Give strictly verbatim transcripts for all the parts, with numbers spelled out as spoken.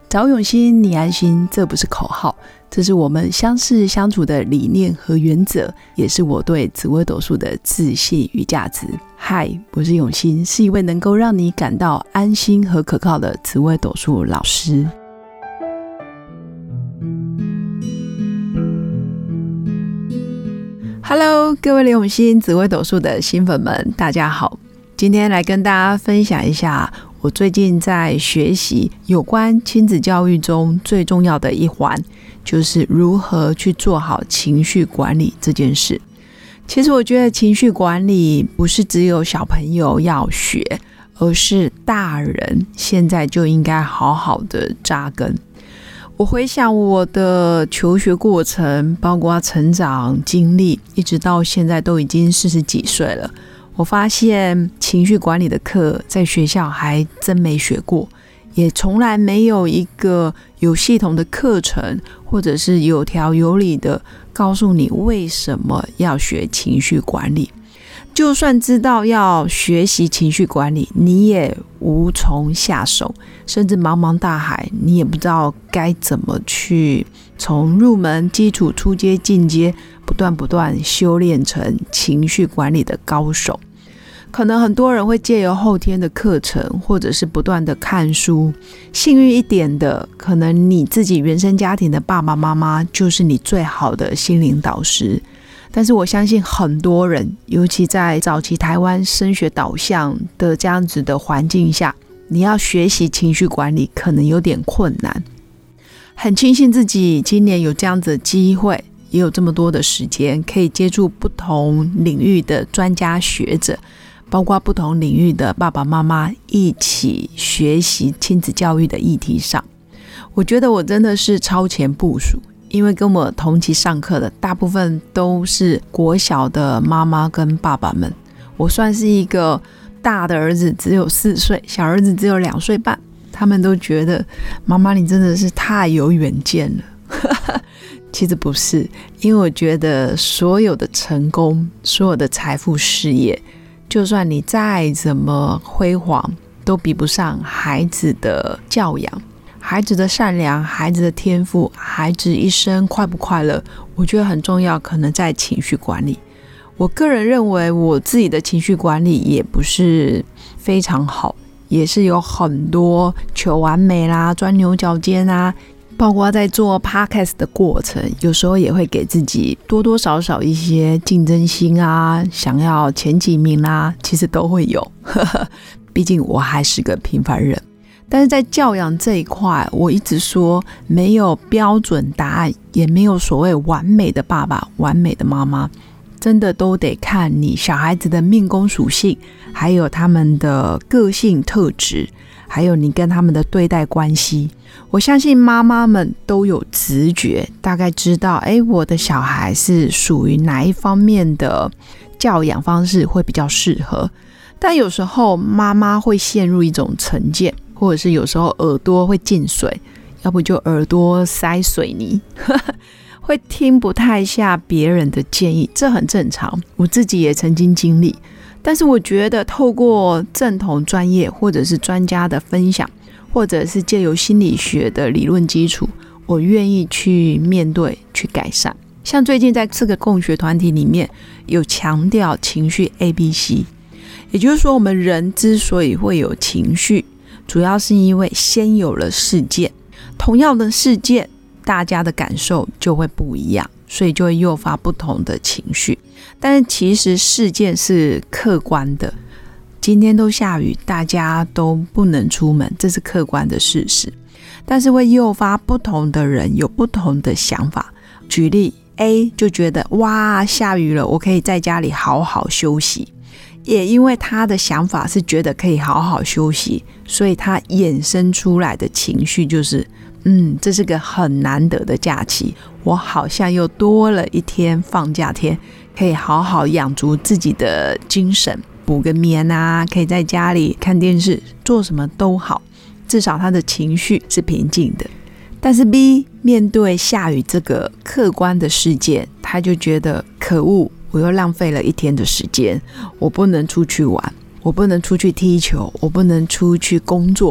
找永新，你安心，这不是口号，这是我们相识相处的理念和原则，也是我对紫微斗数的自信与价值。嗨，我是永新，是一位能够让你感到安心和可靠的紫微斗数老师。Hello， 各位李永新紫微斗数的新粉们，大家好。今天来跟大家分享一下我最近在学习有关亲子教育中最重要的一环，就是如何去做好情绪管理这件事。其实我觉得情绪管理不是只有小朋友要学，而是大人现在就应该好好的扎根。我回想我的求学过程，包括成长经历，一直到现在都已经四十几岁了，我发现情绪管理的课在学校还真没学过，也从来没有一个有系统的课程，或者是有条有理的告诉你为什么要学情绪管理。就算知道要学习情绪管理，你也无从下手，甚至茫茫大海，你也不知道该怎么去从入门、基础、初阶、进阶，不断不断修炼成情绪管理的高手。可能很多人会借由后天的课程，或者是不断的看书，幸运一点的，可能你自己原生家庭的爸爸妈妈就是你最好的心灵导师。但是我相信很多人，尤其在早期台湾升学导向的这样子的环境下，你要学习情绪管理可能有点困难。很庆幸自己今年有这样子的机会，也有这么多的时间可以接触不同领域的专家学者，包括不同领域的爸爸妈妈一起学习亲子教育的议题上。我觉得我真的是超前部署，因为跟我同期上课的大部分都是国小的妈妈跟爸爸们，我算是一个大的儿子只有四岁，小儿子只有两岁半，他们都觉得妈妈你真的是太有远见了其实不是，因为我觉得所有的成功，所有的财富事业，就算你再怎么辉煌，都比不上孩子的教养，孩子的善良，孩子的天赋，孩子一生快不快乐，我觉得很重要，可能在情绪管理。我个人认为我自己的情绪管理也不是非常好，也是有很多求完美啦，钻牛角尖啊，包括在做 podcast 的过程，有时候也会给自己多多少少一些竞争心啊，想要前几名啦，其实都会有毕竟我还是个平凡人。但是在教养这一块，我一直说没有标准答案，也没有所谓完美的爸爸、完美的妈妈，真的都得看你小孩子的命宫属性，还有他们的个性特质，还有你跟他们的对待关系。我相信妈妈们都有直觉，大概知道诶，我的小孩是属于哪一方面的教养方式会比较适合。但有时候妈妈会陷入一种成见，或者是有时候耳朵会进水，要不就耳朵塞水泥会听不太下别人的建议，这很正常，我自己也曾经经历。但是我觉得透过正统专业或者是专家的分享，或者是借由心理学的理论基础，我愿意去面对去改善。像最近在这个共学团体里面有强调情绪 A B C， 也就是说我们人之所以会有情绪，主要是因为先有了事件，同样的事件大家的感受就会不一样，所以就会诱发不同的情绪。但是其实事件是客观的，今天都下雨，大家都不能出门，这是客观的事实，但是会诱发不同的人有不同的想法。举例 A 就觉得哇下雨了，我可以在家里好好休息，也因为他的想法是觉得可以好好休息，所以他衍生出来的情绪就是嗯，这是个很难得的假期，我好像又多了一天放假天，可以好好养足自己的精神，补个眠啊，可以在家里看电视，做什么都好，至少他的情绪是平静的。但是 B 面对下雨这个客观的事件，他就觉得可恶，我又浪费了一天的时间，我不能出去玩，我不能出去踢球，我不能出去工作，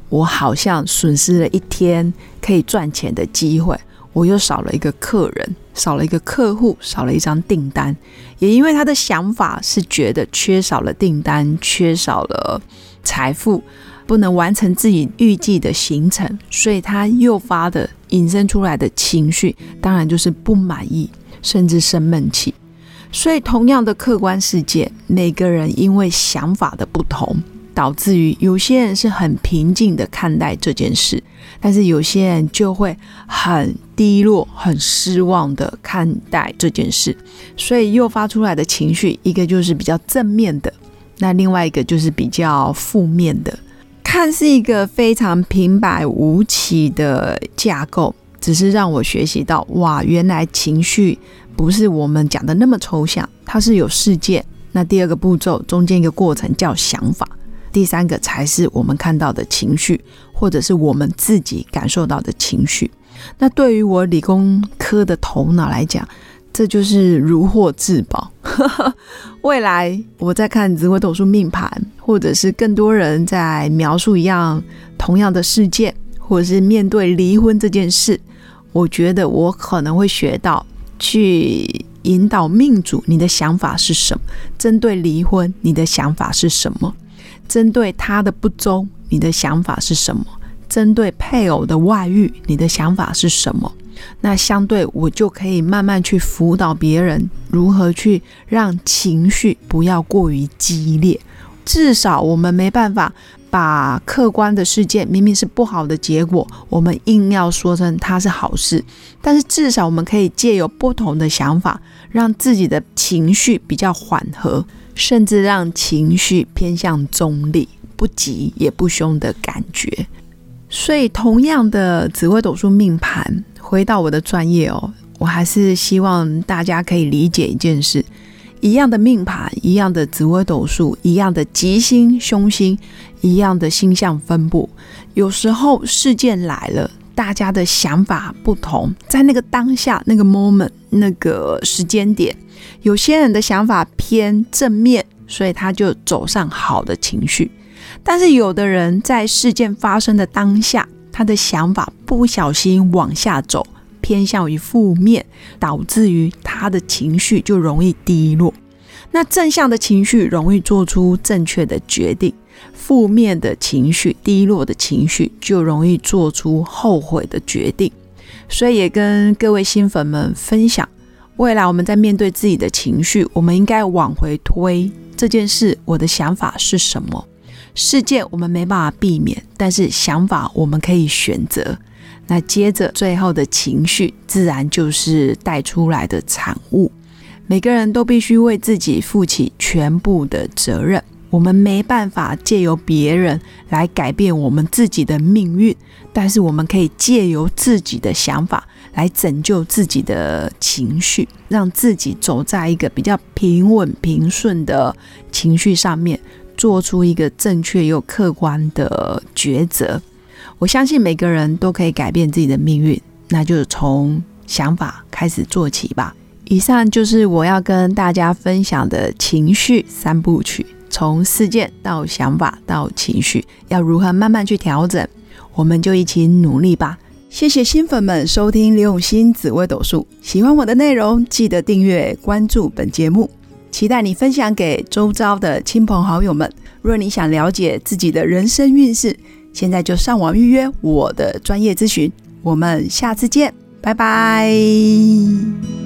我好像损失了一天可以赚钱的机会，我又少了一个客人，少了一个客户，少了一张订单。也因为他的想法是觉得缺少了订单，缺少了财富，不能完成自己预计的行程，所以他诱发的引申出来的情绪当然就是不满意，甚至生闷气。所以同样的客观事件，每个人因为想法的不同，导致于有些人是很平静的看待这件事，但是有些人就会很低落很失望的看待这件事。所以诱发出来的情绪，一个就是比较正面的，那另外一个就是比较负面的。看似一个非常平白无奇的架构，只是让我学习到，哇，原来情绪不是我们讲的那么抽象，它是有事件。那第二个步骤中间一个过程叫想法，第三个才是我们看到的情绪，或者是我们自己感受到的情绪。那对于我理工科的头脑来讲，这就是如获至宝未来我在看紫微斗数命盘，或者是更多人在描述一样同样的事件，或者是面对离婚这件事，我觉得我可能会学到去引导命主，你的想法是什么？针对离婚，你的想法是什么？针对他的不忠，你的想法是什么？针对配偶的外遇，你的想法是什么？那相对我就可以慢慢去辅导别人如何去让情绪不要过于激烈。至少我们没办法把客观的事件明明是不好的结果，我们硬要说成它是好事，但是至少我们可以借由不同的想法，让自己的情绪比较缓和，甚至让情绪偏向中立，不急也不凶的感觉。所以同样的紫微斗数命盘，回到我的专业哦，我还是希望大家可以理解一件事，一样的命盘，一样的紫微斗数，一样的吉星凶星，一样的星象分布，有时候事件来了，大家的想法不同，在那个当下那个 moment 那个时间点，有些人的想法偏正面，所以他就走上好的情绪，但是有的人在事件发生的当下，他的想法不小心往下走，偏向于负面，导致于他的情绪就容易低落。那正向的情绪容易做出正确的决定，负面的情绪，低落的情绪就容易做出后悔的决定。所以也跟各位新粉们分享，未来我们在面对自己的情绪，我们应该往回推这件事，我的想法是什么？事件我们没办法避免，但是想法我们可以选择。那接着最后的情绪自然就是带出来的产物。每个人都必须为自己负起全部的责任，我们没办法借由别人来改变我们自己的命运，但是我们可以借由自己的想法来拯救自己的情绪，让自己走在一个比较平稳平顺的情绪上面，做出一个正确又客观的抉择。我相信每个人都可以改变自己的命运，那就从想法开始做起吧。以上就是我要跟大家分享的情绪三部曲，从事件到想法到情绪，要如何慢慢去调整，我们就一起努力吧。谢谢新粉们收听刘永新紫微斗数，喜欢我的内容记得订阅关注本节目，期待你分享给周遭的亲朋好友们。若你想了解自己的人生运势，现在就上网预约我的专业咨询，我们下次见，拜拜。